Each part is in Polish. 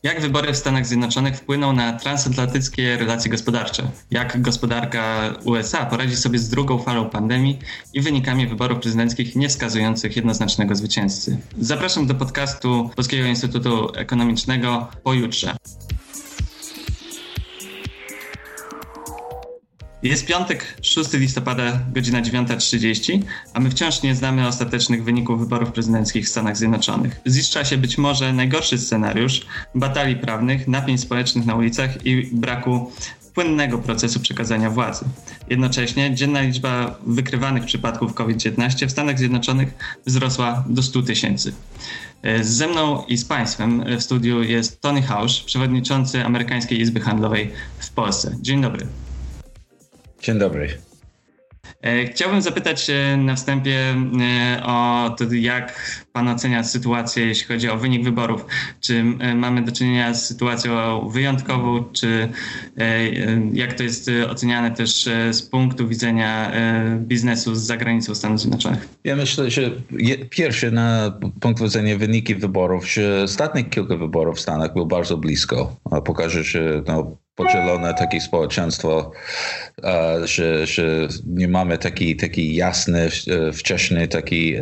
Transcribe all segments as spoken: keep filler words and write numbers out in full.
Jak wybory w Stanach Zjednoczonych wpłyną na transatlantyckie relacje gospodarcze? Jak gospodarka U S A poradzi sobie z drugą falą pandemii i wynikami wyborów prezydenckich nie wskazujących jednoznacznego zwycięzcy? Zapraszam do podcastu Polskiego Instytutu Ekonomicznego pojutrze. Jest piątek, szóstego listopada, godzina dziewiąta trzydzieści, a my wciąż nie znamy ostatecznych wyników wyborów prezydenckich w Stanach Zjednoczonych. Ziszcza się być może najgorszy scenariusz batalii prawnych, napięć społecznych na ulicach i braku płynnego procesu przekazania władzy. Jednocześnie dzienna liczba wykrywanych przypadków COVID dziewiętnaście w Stanach Zjednoczonych wzrosła do stu tysięcy. Ze mną i z Państwem w studiu jest Tony Hausch, przewodniczący Amerykańskiej Izby Handlowej w Polsce. Dzień dobry. Dzień dobry. Chciałbym zapytać na wstępie o to, jak Pan ocenia sytuację, jeśli chodzi o wynik wyborów. Czy mamy do czynienia z sytuacją wyjątkową, czy jak to jest oceniane też z punktu widzenia biznesu z zagranicą Stanów Zjednoczonych? Ja myślę, że pierwszy na punkt widzenia wyniki wyborów, że ostatnie kilka wyborów w Stanach było bardzo blisko. Pokaże, że no, podzielone takie społeczeństwo, że, że nie mamy taki, taki jasny, wcześniej taki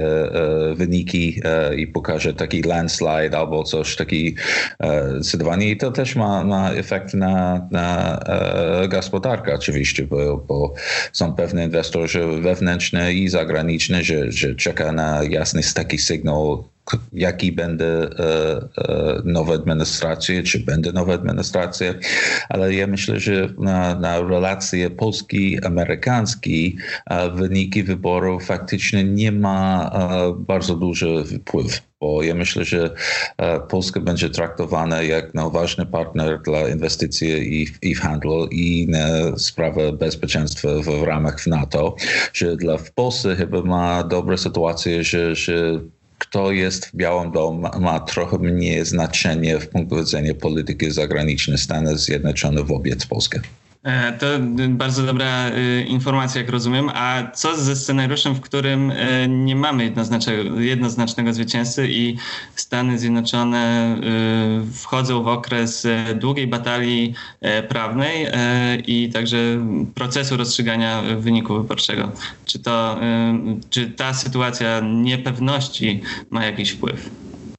wyniki i pokaże taki landslide albo coś taki zdecydowanie. I to też ma, ma efekt na, na gospodarkę oczywiście, bo, bo są pewne inwestorzy wewnętrzne i zagraniczne, że, że czeka na jasny taki sygnał, jaki będzie e, e, nowa administracja, czy będzie nowa administracja, ale ja myślę, że na, na relacje polski-amerykańskie wyniki wyborów faktycznie nie ma e, bardzo duży wpływ. Bo ja myślę, że Polska będzie traktowana jak no, ważny partner dla inwestycji i, i w handlu i na sprawę bezpieczeństwa w, w ramach NATO, że dla w Polsce chyba ma dobrą sytuację, że, że kto jest w Białym Domu ma, ma trochę mniej znaczenie w punktu widzenia polityki zagranicznej Stanów Zjednoczonych wobec Polski. To bardzo dobra informacja, jak rozumiem. A co ze scenariuszem, w którym nie mamy jednoznacznego, jednoznacznego zwycięzcy i Stany Zjednoczone wchodzą w okres długiej batalii prawnej i także procesu rozstrzygania wyniku wyborczego? Czy to, czy ta sytuacja niepewności ma jakiś wpływ?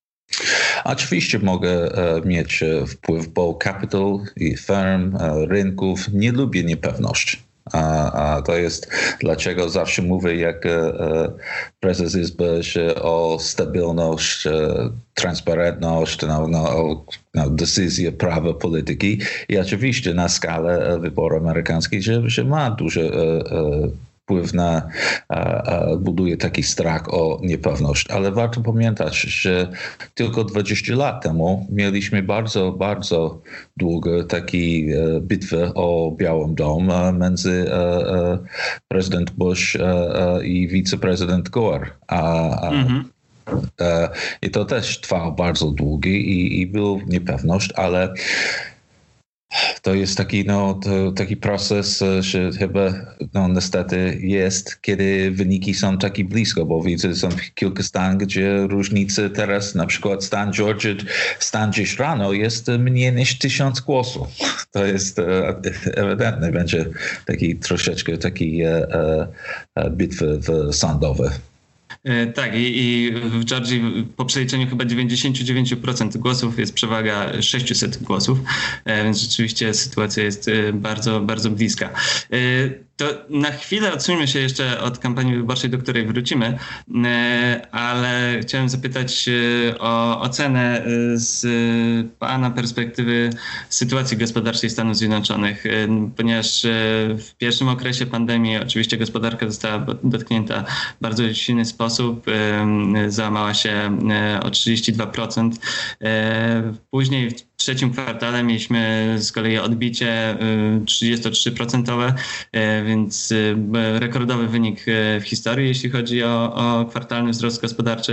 Oczywiście mogę e, mieć wpływ, bo kapitał i firm, e, rynków nie lubię niepewności. A, a to jest dlaczego zawsze mówię, jak e, prezes Izby, że o stabilność, e, transparentność, no, no, no, decyzje prawa polityki i oczywiście na skalę wyborów amerykańskich, że, że ma duże e, e, wpływ na, a, a, buduje taki strach o niepewność. Ale warto pamiętać, że tylko dwadzieścia lat temu mieliśmy bardzo, bardzo długo taki e, bitwę o Białym Dom e, między e, e, prezydent Bush e, e, i wiceprezydent Gore. A, a, mm-hmm. e, I to też trwało bardzo długo i, i była niepewność, ale to jest taki, no, to, taki proces, że chyba no, niestety jest, kiedy wyniki są takie blisko, bo widzę, są kilka stanów, gdzie różnice teraz, na przykład stan Georgia, stan dziś rano jest mniej niż tysiąc głosów. To jest e, ewidentne, będzie taki troszeczkę taki e, e, bitwy sądowe. Tak, i, i w Georgii po przeliczeniu chyba dziewięćdziesiąt dziewięć procent głosów jest przewaga sześćset głosów, więc rzeczywiście sytuacja jest bardzo, bardzo bliska. To na chwilę odsuńmy się jeszcze od kampanii wyborczej, do której wrócimy, ale chciałem zapytać o ocenę z Pana perspektywy sytuacji gospodarczej Stanów Zjednoczonych, ponieważ w pierwszym okresie pandemii oczywiście gospodarka została dotknięta w bardzo silny sposób, załamała się o trzydzieści dwa procent. Później w trzecim kwartale mieliśmy z kolei odbicie trzydzieści trzy procent, więc rekordowy wynik w historii, jeśli chodzi o, o kwartalny wzrost gospodarczy,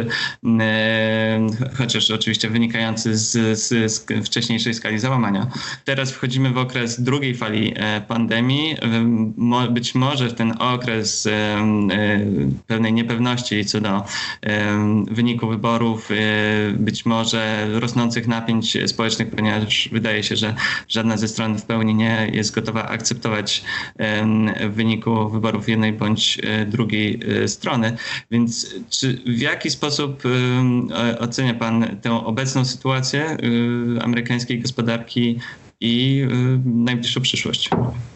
chociaż oczywiście wynikający z, z, z wcześniejszej skali załamania. Teraz wchodzimy w okres drugiej fali pandemii. Być może w ten okres pewnej niepewności co do wyniku wyborów, być może rosnących napięć społecznych ponieważ wydaje się, że żadna ze stron w pełni nie jest gotowa akceptować w wyniku wyborów jednej bądź drugiej strony. Więc czy w jaki sposób ocenia pan tę obecną sytuację amerykańskiej gospodarki i najbliższą przyszłość?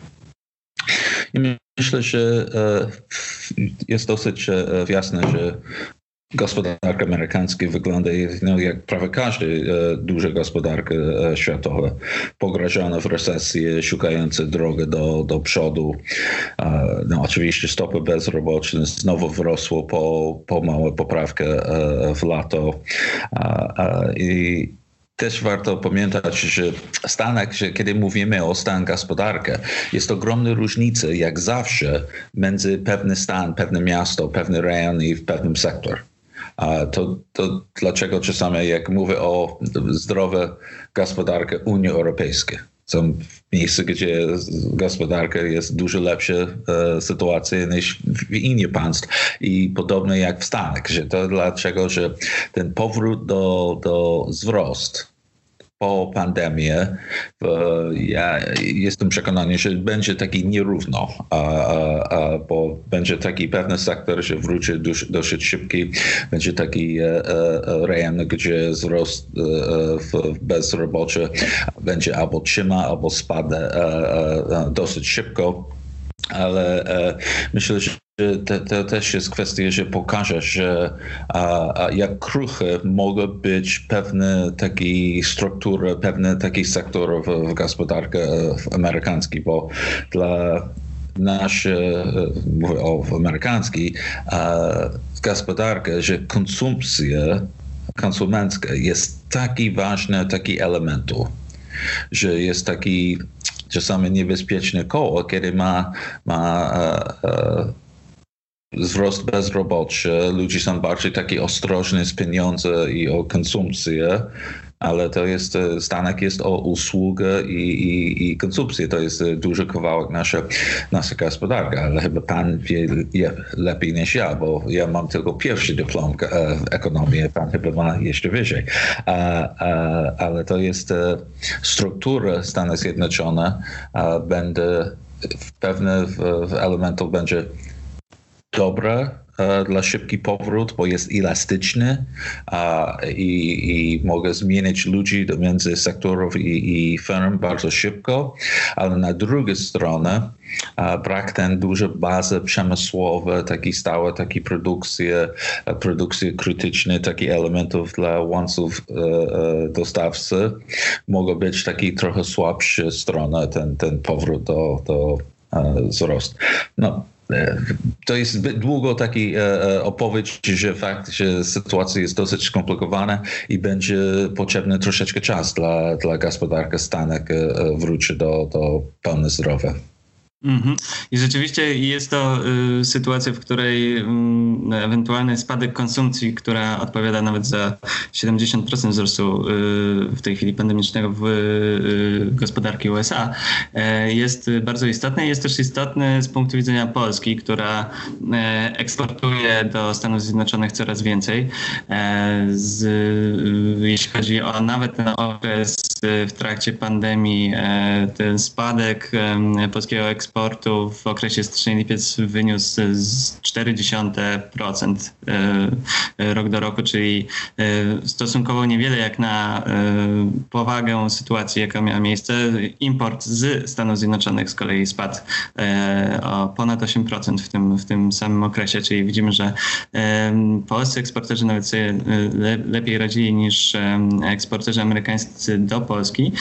Myślę, że jest dosyć jasne, że gospodarka amerykańska wygląda no, jak prawie każda duża gospodarka światowa, pogrożona w recesję, szukająca drogi do, do przodu. No, oczywiście stopy bezrobocia znowu wrosło po, po małą poprawkę w lato. I też warto pamiętać, że w Stanach, że kiedy mówimy o stanie gospodarki, jest ogromna różnica, jak zawsze, między pewny stan, pewne miasto, pewny rejon i pewnym sektor. To, to dlaczego czasami, jak mówię o zdrowej gospodarce Unii Europejskiej, są miejsca, gdzie gospodarka jest dużo lepsza e, sytuacja niż w innych państw i podobnie jak w Stanach. Że to dlaczego, że ten powrót do, do wzrostu po pandemii, ja jestem przekonany, że będzie taki nierówno, a, a, a, bo będzie taki pewny sektor, że wróci dosyć, dosyć szybki, będzie taki e, e, rejon, gdzie wzrost e, w bezrobocie będzie albo trzyma, albo spada e, e, dosyć szybko, ale e, myślę, że To, to też jest kwestia, że pokaże, że a, a jak kruche mogą być pewne takie struktury, pewne takie sektory w, w gospodarce amerykańskiej, bo dla naszej, mówię o amerykańskiej, gospodarki, że konsumpcja konsumencka jest taki ważny, taki element, że jest taki czasami niebezpieczne koło, kiedy ma, ma a, a, wzrost bezrobocia, ludzie są bardziej taki ostrożni z pieniądze i o konsumpcję, ale to jest, Stanek jest o usługę i, i, i konsumpcję. To jest duży kawałek nasza, nasza gospodarka, ale chyba pan wie lepiej niż ja, bo ja mam tylko pierwszy dyplom w ekonomii, pan chyba ma jeszcze wyżej. A, a, ale to jest struktura Stanów Zjednoczonych, będzie w pewnych elementach będzie dobra uh, dla szybki powrót, bo jest elastyczny uh, i, i mogę zmienić ludzi między sektorów i, i firm bardzo szybko, ale na drugiej stronie uh, brak ten dużej bazy przemysłowej, takiej stałej, takiej produkcji, uh, produkcji krytycznej, takich elementów dla łańcuchów uh, uh, dostawcy, mogą być takie trochę słabsze strony, ten, ten powrót do, do uh, wzrostu. No. To jest zbyt długo taki e, opowieść, że fakt, że sytuacja jest dosyć skomplikowana i będzie potrzebny troszeczkę czas dla, dla gospodarki Stanów e, wróci do, do pełnego zdrowia. Mm-hmm. I rzeczywiście jest to y, sytuacja, w której y, ewentualny spadek konsumpcji, która odpowiada nawet za siedemdziesiąt procent wzrostu y, w tej chwili pandemicznego w y, gospodarki U S A y, jest bardzo istotny. Jest też istotny z punktu widzenia Polski, która y, eksportuje do Stanów Zjednoczonych coraz więcej. Y, z, y, jeśli chodzi o nawet ten okres y, w trakcie pandemii, y, ten spadek y, polskiego eksportu eksportu w okresie styczeń-lipiec wyniósł cztery dziesiąte procent rok do roku, czyli stosunkowo niewiele jak na powagę sytuacji, jaka miała miejsce. Import z Stanów Zjednoczonych z kolei spadł o ponad osiem procent w tym, w tym samym okresie, czyli widzimy, że polscy eksporterzy nawet sobie lepiej radzili niż eksporterzy amerykańscy do Polski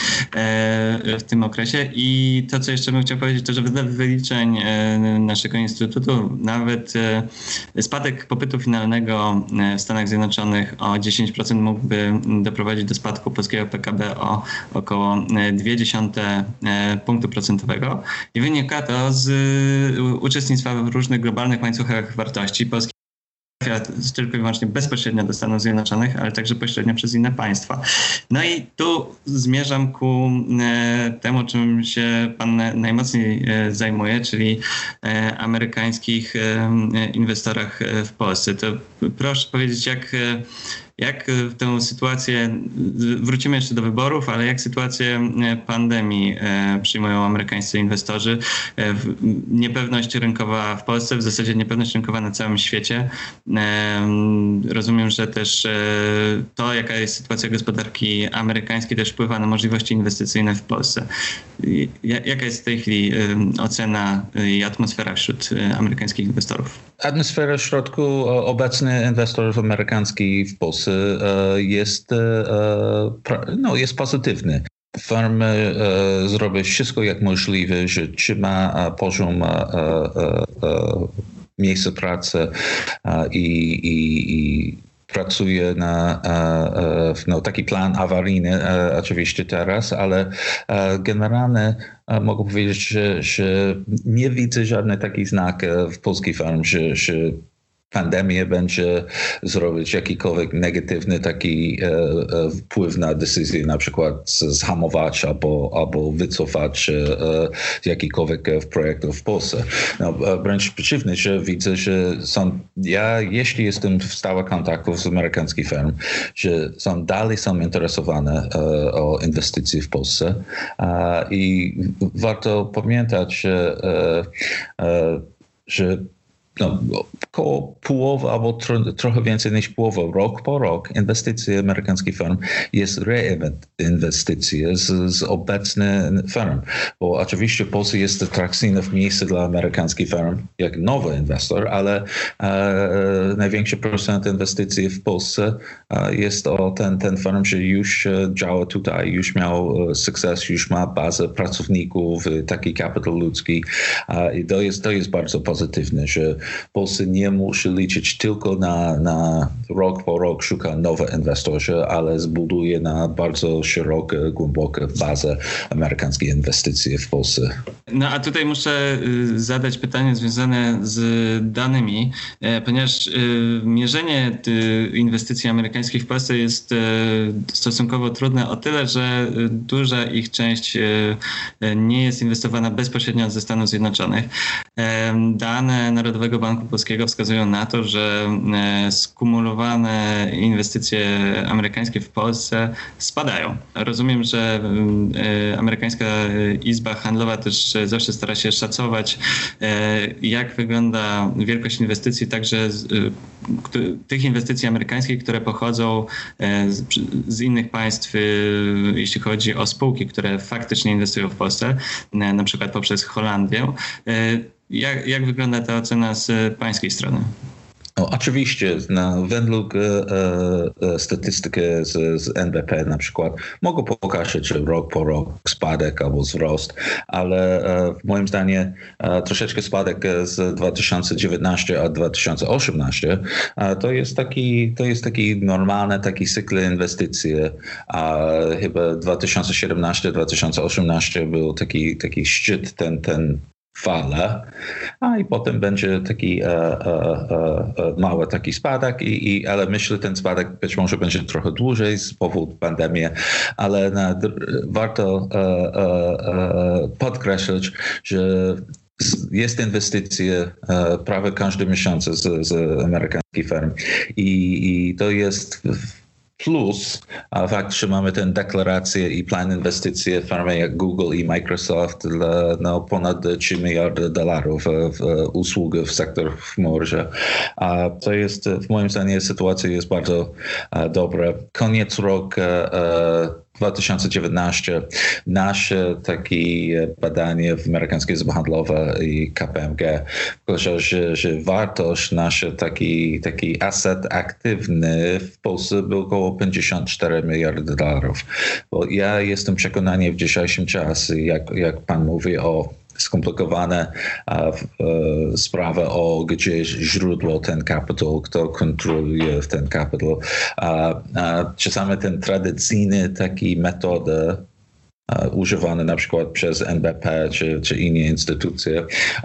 w tym okresie. I to, co jeszcze bym chciał powiedzieć, to, że wedle wyliczeń naszego instytutu nawet spadek popytu finalnego w Stanach Zjednoczonych o dziesięć procent mógłby doprowadzić do spadku polskiego P K B o około zero przecinek dwa punktu procentowego. I wynika to z uczestnictwa w różnych globalnych łańcuchach wartości. Polski tylko i wyłącznie bezpośrednio do Stanów Zjednoczonych, ale także pośrednio przez inne państwa. No i tu zmierzam ku e, temu, czym się pan najmocniej e, zajmuje, czyli e, amerykańskich e, inwestorach w Polsce. To proszę powiedzieć, jak Jak tę sytuację, wrócimy jeszcze do wyborów, ale jak sytuację pandemii przyjmują amerykańscy inwestorzy? Niepewność rynkowa w Polsce, w zasadzie niepewność rynkowa na całym świecie. Rozumiem, że też to, jaka jest sytuacja gospodarki amerykańskiej, też wpływa na możliwości inwestycyjne w Polsce. Jaka jest w tej chwili ocena i atmosfera wśród amerykańskich inwestorów? Atmosfera w środku obecnych inwestorów amerykańskich w Polsce jest, no, jest pozytywny. Firmy zrobią wszystko jak możliwe, że trzyma poziom miejsca pracy i, i, i pracuje na no, taki plan awaryjny oczywiście teraz, ale generalnie mogę powiedzieć, że, że nie widzę żadnych takich znaków w polskich firm, że, że pandemia będzie zrobić jakikolwiek negatywny taki e, e, wpływ na decyzję, na przykład zhamować albo, albo wycofać e, jakikolwiek projektów w Polsce. No, wręcz przeciwnie, że widzę, że są, ja jeśli jestem w stałych kontaktach z amerykańskich firm, że są dalej są interesowane e, o inwestycje w Polsce e, i warto pamiętać, że, e, e, że no, około połowy albo tro, trochę więcej niż połowa, rok po rok, inwestycje amerykańskich firm jest reinwestycje z, z obecnych firm. Bo oczywiście Polska jest atrakcyjne miejsce dla amerykańskich firm jak nowy inwestor, ale e, największy procent inwestycji w Polsce e, jest o ten, ten firm, że już działa tutaj, już miał sukces, już ma bazę pracowników, taki kapitał ludzki e, i to jest, to jest bardzo pozytywne, że Polska nie musi liczyć tylko na, na rok po rok szuka nowych inwestorzy, ale zbuduje na bardzo szeroką, głęboką bazę amerykańskich inwestycji w Polsce. No a tutaj muszę zadać pytanie związane z danymi, ponieważ mierzenie inwestycji amerykańskich w Polsce jest stosunkowo trudne o tyle, że duża ich część nie jest inwestowana bezpośrednio ze Stanów Zjednoczonych. Dane Narodowego Banku Polskiego wskazują na to, że skumulowane inwestycje amerykańskie w Polsce spadają. Rozumiem, że amerykańska Izba Handlowa też zawsze stara się szacować, jak wygląda wielkość inwestycji, także z, tych inwestycji amerykańskich, które pochodzą z, z innych państw, jeśli chodzi o spółki, które faktycznie inwestują w Polsce, na przykład poprzez Holandię. Jak, jak wygląda ta ocena z pańskiej strony? No, oczywiście, no, według e, e, statystyki z, z N B P na przykład mogą pokazać, że rok po rok spadek albo wzrost, ale e, moim zdaniem e, troszeczkę spadek z dwa tysiące dziewiętnastego a dwa tysiące osiemnastego e, to jest taki, to jest taki normalny taki cykl inwestycji, a chyba dwa tysiące siedemnasty dwa tysiące osiemnasty był taki, taki szczyt, ten, ten fala, a i potem będzie taki e, e, e, mały taki spadek, i, i, ale myślę, że ten spadek być może będzie trochę dłużej z powodu pandemii, ale na, warto e, e, podkreślić, że jest inwestycje e, prawie każdy miesiąc z, z amerykańskich firm i, i to jest plus a fakt, że mamy tę deklarację i plan inwestycji w firmy jak Google i Microsoft dla no, ponad trzy miliardy dolarów w, w usługi w sektorze chmurze. A to jest, w moim zdaniem, sytuacja jest bardzo a, dobra. Koniec roku dwa tysiące dziewiętnastego nasze takie badanie w amerykańskiej Izbie Handlowej i K P M G pokazało, że, że wartość nasze taki, taki asset aktywny w Polsce był około pięćdziesiąt cztery miliardy dolarów. Bo ja jestem przekonany w dzisiejszym czasie, jak, jak pan mówi o skomplikowane e, sprawy o gdzie źródło ten kapitał, kto kontroluje ten kapitał. A, a czasami ten tradycyjny taki metody używane na przykład przez N B P czy, czy inne instytucje,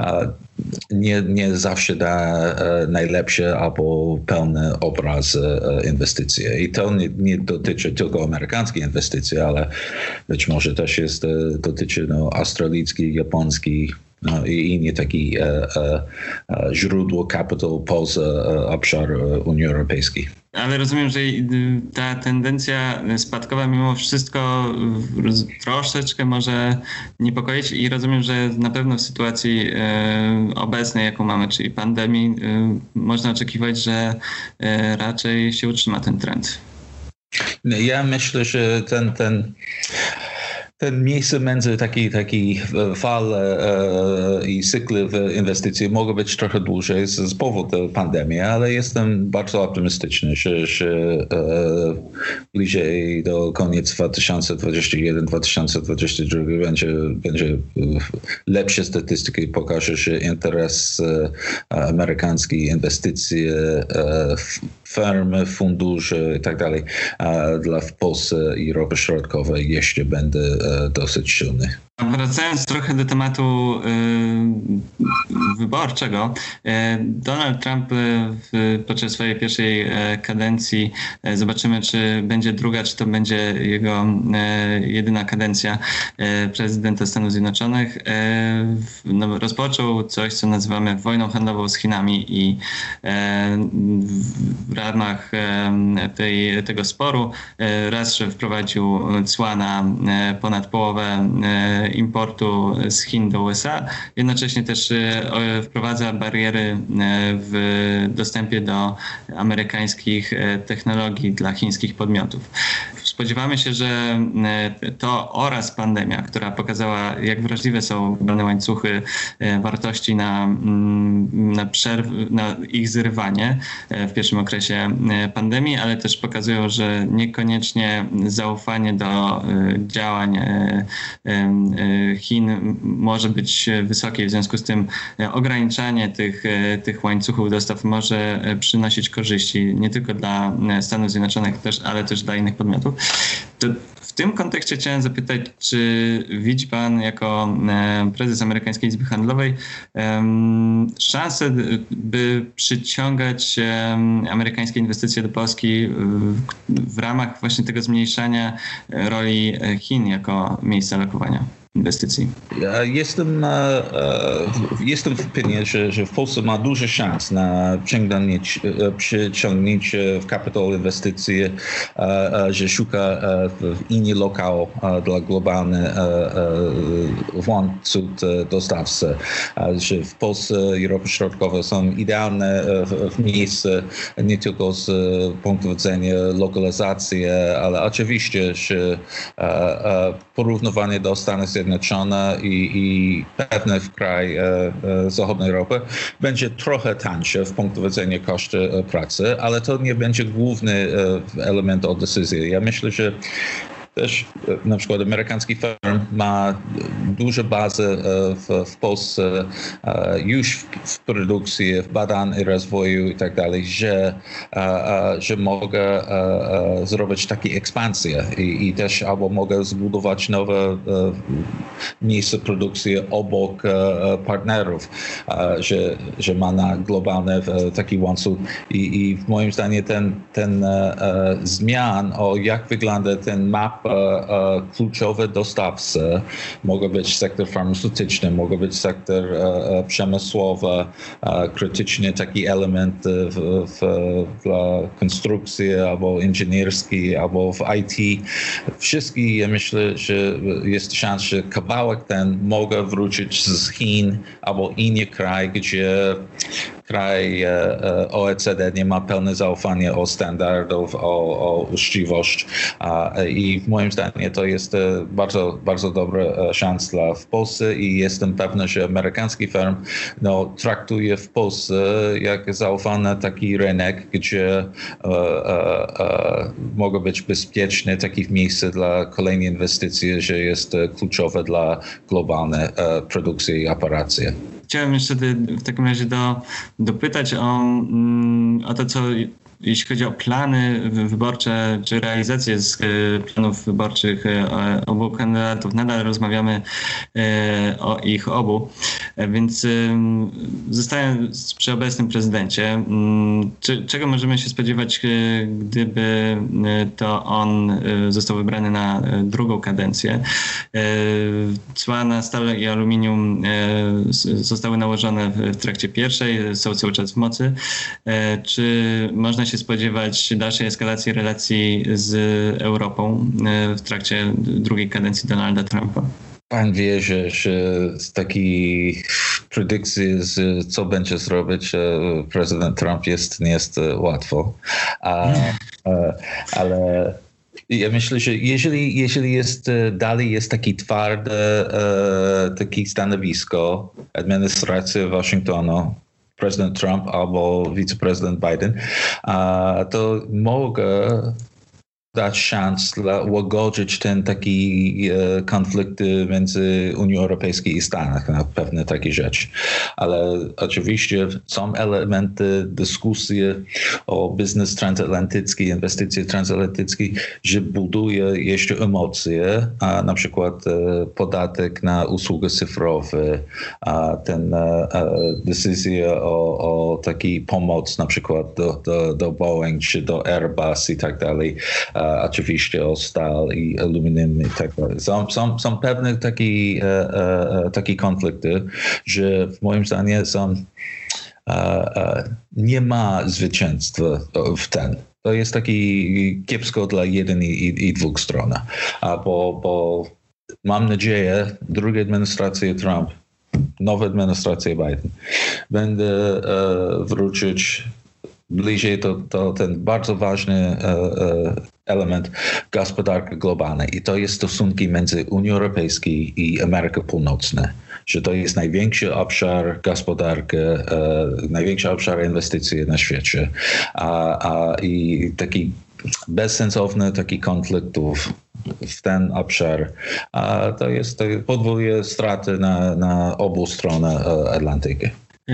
nie, nie zawsze da najlepszy albo pełny obraz inwestycji. I to nie, nie dotyczy tylko amerykańskich inwestycji, ale być może też jest, dotyczy no, australijskich, japońskich, no, i inne takie e, e, źródło kapitału poza e, obszar Unii Europejskiej. Ale rozumiem, że ta tendencja spadkowa mimo wszystko troszeczkę może niepokoić i rozumiem, że na pewno w sytuacji obecnej, jaką mamy, czyli pandemii, można oczekiwać, że raczej się utrzyma ten trend. Ja myślę, że ten, ten Ten miejsce między taki, taki fal e, i cykly w inwestycje mogą być trochę dłużej z, z powodu pandemii, ale jestem bardzo optymistyczny, że, że e, bliżej do koniec dwa tysiące dwudziestego pierwszego dwa tysiące dwudziestego drugiego będzie, będzie lepsze statystyki, pokaże, że interes e, amerykański, inwestycje, e, firmy, fundusze i tak dalej dla w Polsce i Europy Środkowej jeszcze będą dosyć silny. Wracając trochę do tematu y, wyborczego, y, Donald Trump w, podczas swojej pierwszej y, kadencji, y, zobaczymy, czy będzie druga, czy to będzie jego y, jedyna kadencja y, prezydenta Stanów Zjednoczonych. Y, no, rozpoczął coś, co nazywamy wojną handlową z Chinami i y, w ramach y, tej, tego sporu y, raz, że wprowadził cła na y, ponad połowę y, importu z Chin do U S A. Jednocześnie też wprowadza bariery w dostępie do amerykańskich technologii dla chińskich podmiotów. Spodziewamy się, że to oraz pandemia, która pokazała, jak wrażliwe są globalne łańcuchy wartości na, na, przerw, na ich zrywanie w pierwszym okresie pandemii, ale też pokazują, że niekoniecznie zaufanie do działań Chin może być wysokie, w związku z tym ograniczanie tych, tych łańcuchów dostaw może przynosić korzyści nie tylko dla Stanów Zjednoczonych, też, ale też dla innych podmiotów. To w tym kontekście chciałem zapytać, czy widzi pan jako prezes Amerykańskiej Izby Handlowej szansę, by przyciągać amerykańskie inwestycje do Polski w, w ramach właśnie tego zmniejszania roli Chin jako miejsca lokowania inwestycji? Ja jestem, jestem w opinie, że, że w Polsce ma duże szans na przyciągnięcie w kapitał inwestycji, że szuka w inny lokał dla globalny łańcuch dostawcy, że w Polsce i Europie Środkowej są idealne w miejsce nie tylko z punktu widzenia lokalizacji, ale oczywiście, że porównywanie do Stanów Zjednoczonych i, i pewne w kraj e, e, zachodniej Europy będzie trochę tańsze w punktu widzenia kosztu e, pracy, ale to nie będzie główny e, element od decyzji. Ja myślę, że też na przykład amerykański firm ma duże bazy w, w Polsce już w, w produkcji, w badaniu i rozwoju i tak dalej, że, że mogę zrobić takie ekspansje i, i też albo mogę zbudować nowe miejsca produkcji obok partnerów, że, że ma na globalny taki łańcuch i, i moim zdaniem ten, ten zmian o jak wygląda ten map kluczowe dostawcy, mogą być sektor farmaceutyczny, mogą być sektor przemysłowy, krytyczny taki element w, w, dla konstrukcji albo inżynierski, albo w I T. Wszystkie, ja myślę, że jest szansa, że kawałek ten mogę wrócić z Chin albo inny kraj, gdzie kraj O E C D nie ma pełne zaufanie o standardów, o, o uczciwość i moim zdaniem to jest bardzo, bardzo dobra szansa dla w Polsce i jestem pewny, że amerykański firm no, traktuje w Polsce jak zaufany taki rynek, gdzie e, e, e, mogą być bezpieczne takie miejsca dla kolejnych inwestycji, że jest kluczowe dla globalnej e, produkcji i operacji. Chciałem jeszcze w takim razie do, dopytać o, o to, co jeśli chodzi o plany wyborcze czy realizację z planów wyborczych obu kandydatów, nadal rozmawiamy o ich obu, więc zostając przy obecnym prezydencie, czego możemy się spodziewać, gdyby to on został wybrany na drugą kadencję? Cła na stal i aluminium zostały nałożone w trakcie pierwszej, są cały czas w mocy. Czy można się spodziewać dalszej eskalacji relacji z Europą w trakcie drugiej kadencji Donalda Trumpa? Pan wie, że, że z takiej predykcji, z co będzie zrobić prezydent Trump jest, nie jest łatwo. A, ale ja myślę, że jeżeli, jeżeli jest dalej jest taki twarde takie stanowisko administracji Waszyngtonu, prezydent Trump albo wiceprezydent Biden, to mogę dać szansę łagodzić ten taki e, konflikt między Unią Europejską i Stanach na pewne takie rzeczy. Ale oczywiście są elementy dyskusji o biznes transatlantycki, inwestycje transatlantyckie, że buduje jeszcze emocje, a na przykład e, podatek na usługi cyfrowe, a ten e, decyzja o, o takiej pomoc na przykład do, do, do Boeing czy do Airbus i tak dalej. Oczywiście o stal i aluminium i tak dalej. Są, są, są pewne takie, e, e, takie konflikty, że w moim zdaniem są, e, e, nie ma zwycięstwa w ten. To jest taki kiepsko dla jednej i, i dwóch stron. A bo, bo mam nadzieję, druga administracja Trump, nowa administracja Biden będzie e, wrócić bliżej do, do ten bardzo ważny e, e, element gospodarki globalnej i to jest stosunki między Unią Europejską i Ameryką Północną, że to jest największy obszar gospodarki, e, największy obszar inwestycji na świecie a, a i taki bezsensowny taki konfliktów w ten obszar, a to jest to podwójne straty na, na obu stronach Atlantyku.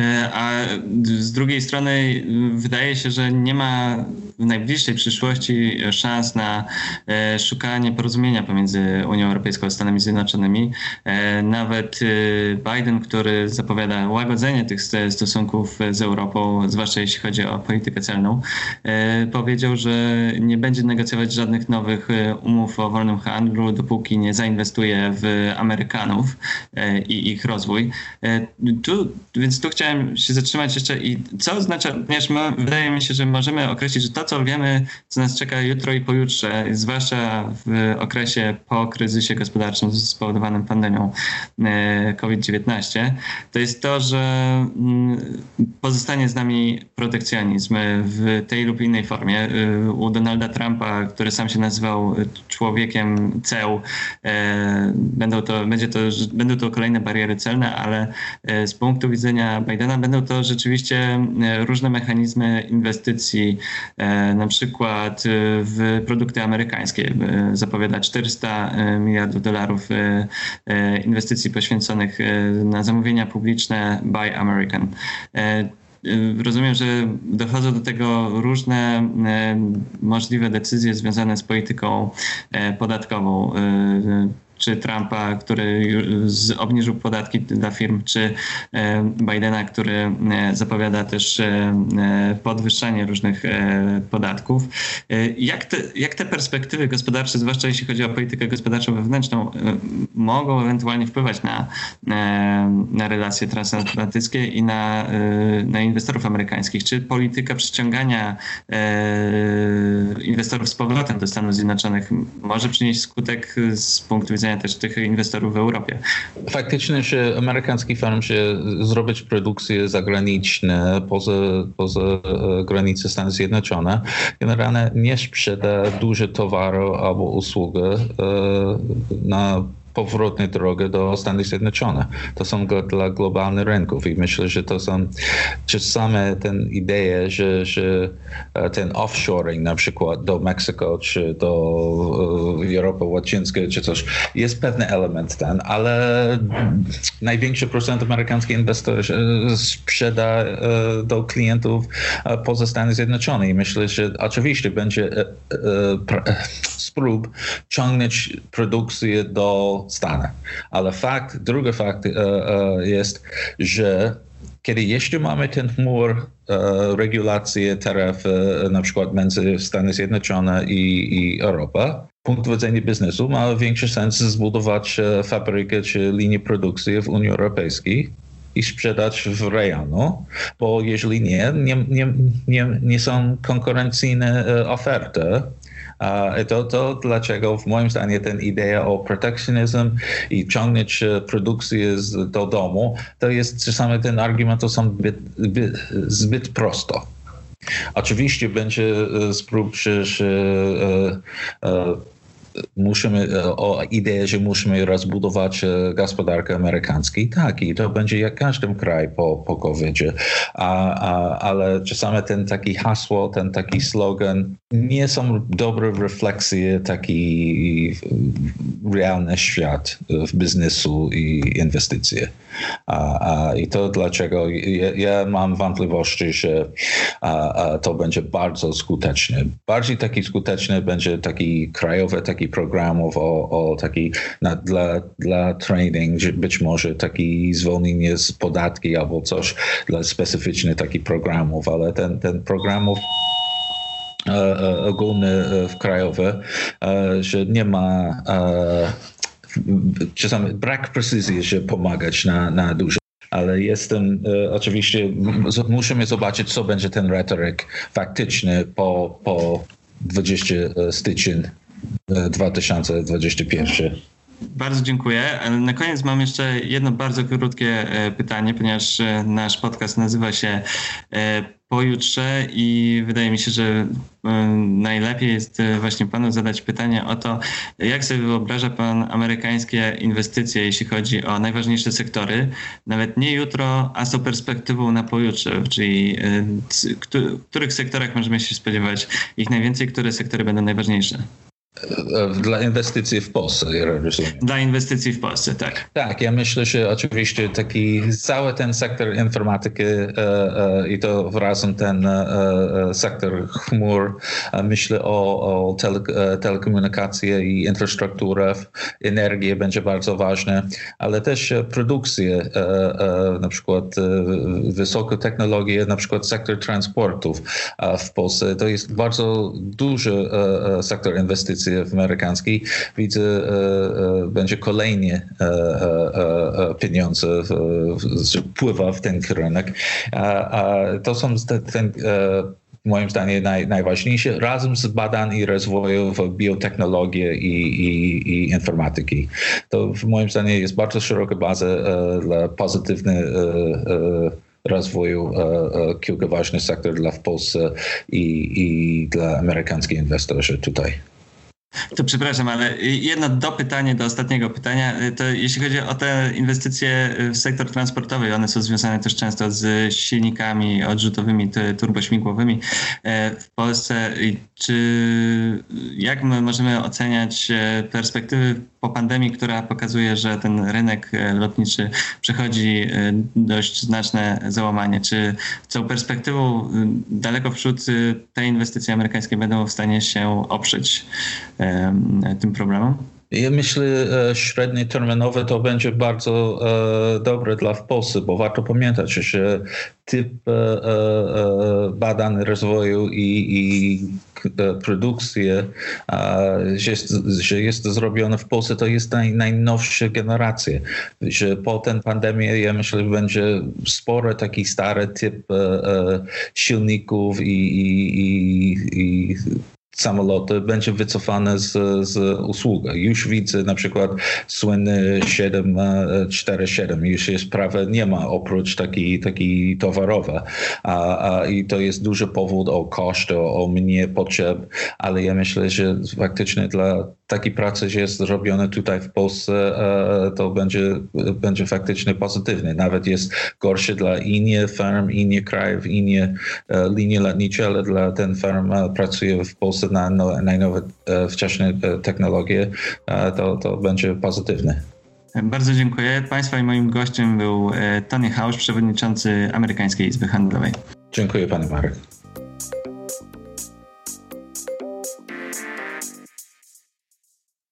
A z drugiej strony wydaje się, że nie ma w najbliższej przyszłości szans na szukanie porozumienia pomiędzy Unią Europejską a Stanami Zjednoczonymi. Nawet Biden, który zapowiada łagodzenie tych stosunków z Europą, zwłaszcza jeśli chodzi o politykę celną, powiedział, że nie będzie negocjować żadnych nowych umów o wolnym handlu, dopóki nie zainwestuje w Amerykanów i ich rozwój. Tu, więc tu chciałem Chciałem się zatrzymać jeszcze i co oznacza, ponieważ my, wydaje mi się, że możemy określić, że to, co wiemy, co nas czeka jutro i pojutrze, zwłaszcza w okresie po kryzysie gospodarczym spowodowanym pandemią COVID dziewiętnaście, to jest to, że pozostanie z nami protekcjonizm w tej lub innej formie. U Donalda Trumpa, który sam się nazywał człowiekiem ceł, będą to, będzie to, będą to kolejne bariery celne, ale z punktu widzenia Bidena będą to rzeczywiście różne mechanizmy inwestycji, na przykład w produkty amerykańskie. Zapowiada czterysta miliardów dolarów inwestycji poświęconych na zamówienia publiczne Buy American. Rozumiem, że dochodzą do tego różne możliwe decyzje związane z polityką podatkową. Czy Trumpa, który obniżył podatki dla firm, czy Bidena, który zapowiada też podwyższanie różnych podatków. Jak te, jak te perspektywy gospodarcze, zwłaszcza jeśli chodzi o politykę gospodarczą wewnętrzną, mogą ewentualnie wpływać na, na relacje transatlantyckie i na, na inwestorów amerykańskich? Czy polityka przyciągania inwestorów z powrotem do Stanów Zjednoczonych może przynieść skutek z punktu widzenia też tych inwestorów w Europie? Faktycznie, że amerykańskie firmy się zrobić produkcje zagraniczne poza, poza granicą Stanów Zjednoczonych, generalnie nie sprzeda dużo towaru albo usługi na powrotne drogi do Stanów Zjednoczonych. To są dla globalnych rynków i myślę, że to są czy same ten idee, że, że ten offshoring na przykład do Meksyku, czy do Europy Łacińskiej, czy coś, jest pewien element ten, ale największy procent amerykańskich inwestorów sprzeda do klientów poza Stanami Zjednoczonymi. I myślę, że oczywiście będzie sprób ciągnąć produkcję do Stanów. Ale fakt, drugi fakt jest, że kiedy jeszcze mamy ten chmur regulacji taryf na przykład między Stany Zjednoczone i, i Europa, z punktu widzenia biznesu ma większy sens zbudować fabrykę czy linię produkcji w Unii Europejskiej i sprzedać w rejonu, bo jeżeli nie, nie, nie, nie, nie są konkurencyjne oferty. I to, to dlaczego w moim zdaniem ten idea o protekcjonizm i ciągnąć produkcję z, do domu, to jest czasami ten argument to są zbyt, zbyt, zbyt prosto. Oczywiście będzie sprób, że, że musimy, o ideę, że musimy rozbudować gospodarkę amerykańską. Tak, i to będzie jak każdy kraj po, po kowidzie. A, a, ale czasami ten taki hasło, ten taki slogan nie są dobre refleksje taki realny świat w biznesu i inwestycje. A, a, I to dlaczego ja, ja mam wątpliwości, że a, a to będzie bardzo skuteczne. Bardziej taki skuteczny będzie taki krajowy, taki programów o, o taki na, dla, dla training, że być może taki zwolnienie z podatki albo coś dla specyficznych takich programów, ale ten, ten programów ogólny w krajowy, że nie ma czasami brak precyzji, że pomagać na, na duże. Ale jestem, oczywiście musimy zobaczyć, co będzie ten retoryk faktyczny po, po dwudziestego stycznia dwa tysiące dwudziestego pierwszego. Bardzo dziękuję. Na koniec mam jeszcze jedno bardzo krótkie pytanie, ponieważ nasz podcast nazywa się Pojutrze i wydaje mi się, że najlepiej jest właśnie panu zadać pytanie o to, jak sobie wyobraża pan amerykańskie inwestycje, jeśli chodzi o najważniejsze sektory, nawet nie jutro, a z tą perspektywą na pojutrze, czyli w których sektorach możemy się spodziewać ich najwięcej, które sektory będą najważniejsze? Dla inwestycji w Polsce, ja rozumiem. Dla inwestycji w Polsce, tak. Tak, ja myślę, że oczywiście taki cały ten sektor informatyki e, e, i to razem ten e, sektor chmur, e, myślę o, o tele, telekomunikacje i infrastrukturę, energię będzie bardzo ważne, ale też produkcję, e, e, na przykład e, wysokie technologie, na przykład sektor transportów e, w Polsce. To jest bardzo duży e, sektor inwestycji w amerykańskiej. Widzę, e, e, będzie kolejnie e, e, pieniądze wpływa w ten kierunek. A, a to są ten, e, moim zdaniem naj, najważniejsze, razem z badań i rozwoju w biotechnologii i, i, i informatyki. To w moim zdaniem jest bardzo szeroka baza e, dla pozytywnego e, e, rozwoju e, e, kilka ważnych sektorów dla w Polsce i, i dla amerykańskich inwestorów tutaj. To przepraszam, ale jedno dopytanie do ostatniego pytania. To jeśli chodzi o te inwestycje w sektor transportowy, one są związane też często z silnikami odrzutowymi, turbośmigłowymi w Polsce. Czy jak my możemy oceniać perspektywy po pandemii, która pokazuje, że ten rynek lotniczy przechodzi dość znaczne załamanie? Czy tą perspektywą daleko w przód te inwestycje amerykańskie będą w stanie się oprzeć tym problemom? Ja myślę, że średnioterminowe to będzie bardzo e, dobre dla w Polsce, bo warto pamiętać, że typ e, e, badań, rozwoju i, i e, produkcji, e, że, jest, że jest to zrobione w Polsce, to jest naj, najnowsza generacja. Że po ten pandemii, ja myślę, że będzie sporo taki stary typ e, e, silników i, i, i, i samoloty będzie wycofane z, z usługi. Już widzę na przykład słynny siedem cztery siedem, już jest prawie nie ma oprócz taki, taki towarowe. A, a, I to jest duży powód o koszt, o, o mniej potrzeb, ale ja myślę, że faktycznie dla taki proces jest robiony tutaj w Polsce, to będzie, będzie faktycznie pozytywny. Nawet jest gorszy dla innych firm, innych krajów, innych linii lotniczych, ale dla ten firm pracuje w Polsce na najnowocześniejsze technologie, to, to będzie pozytywne. Bardzo dziękuję. Państwa i moim gościem był Tony Hausch, przewodniczący Amerykańskiej Izby Handlowej. Dziękuję, panie Marek.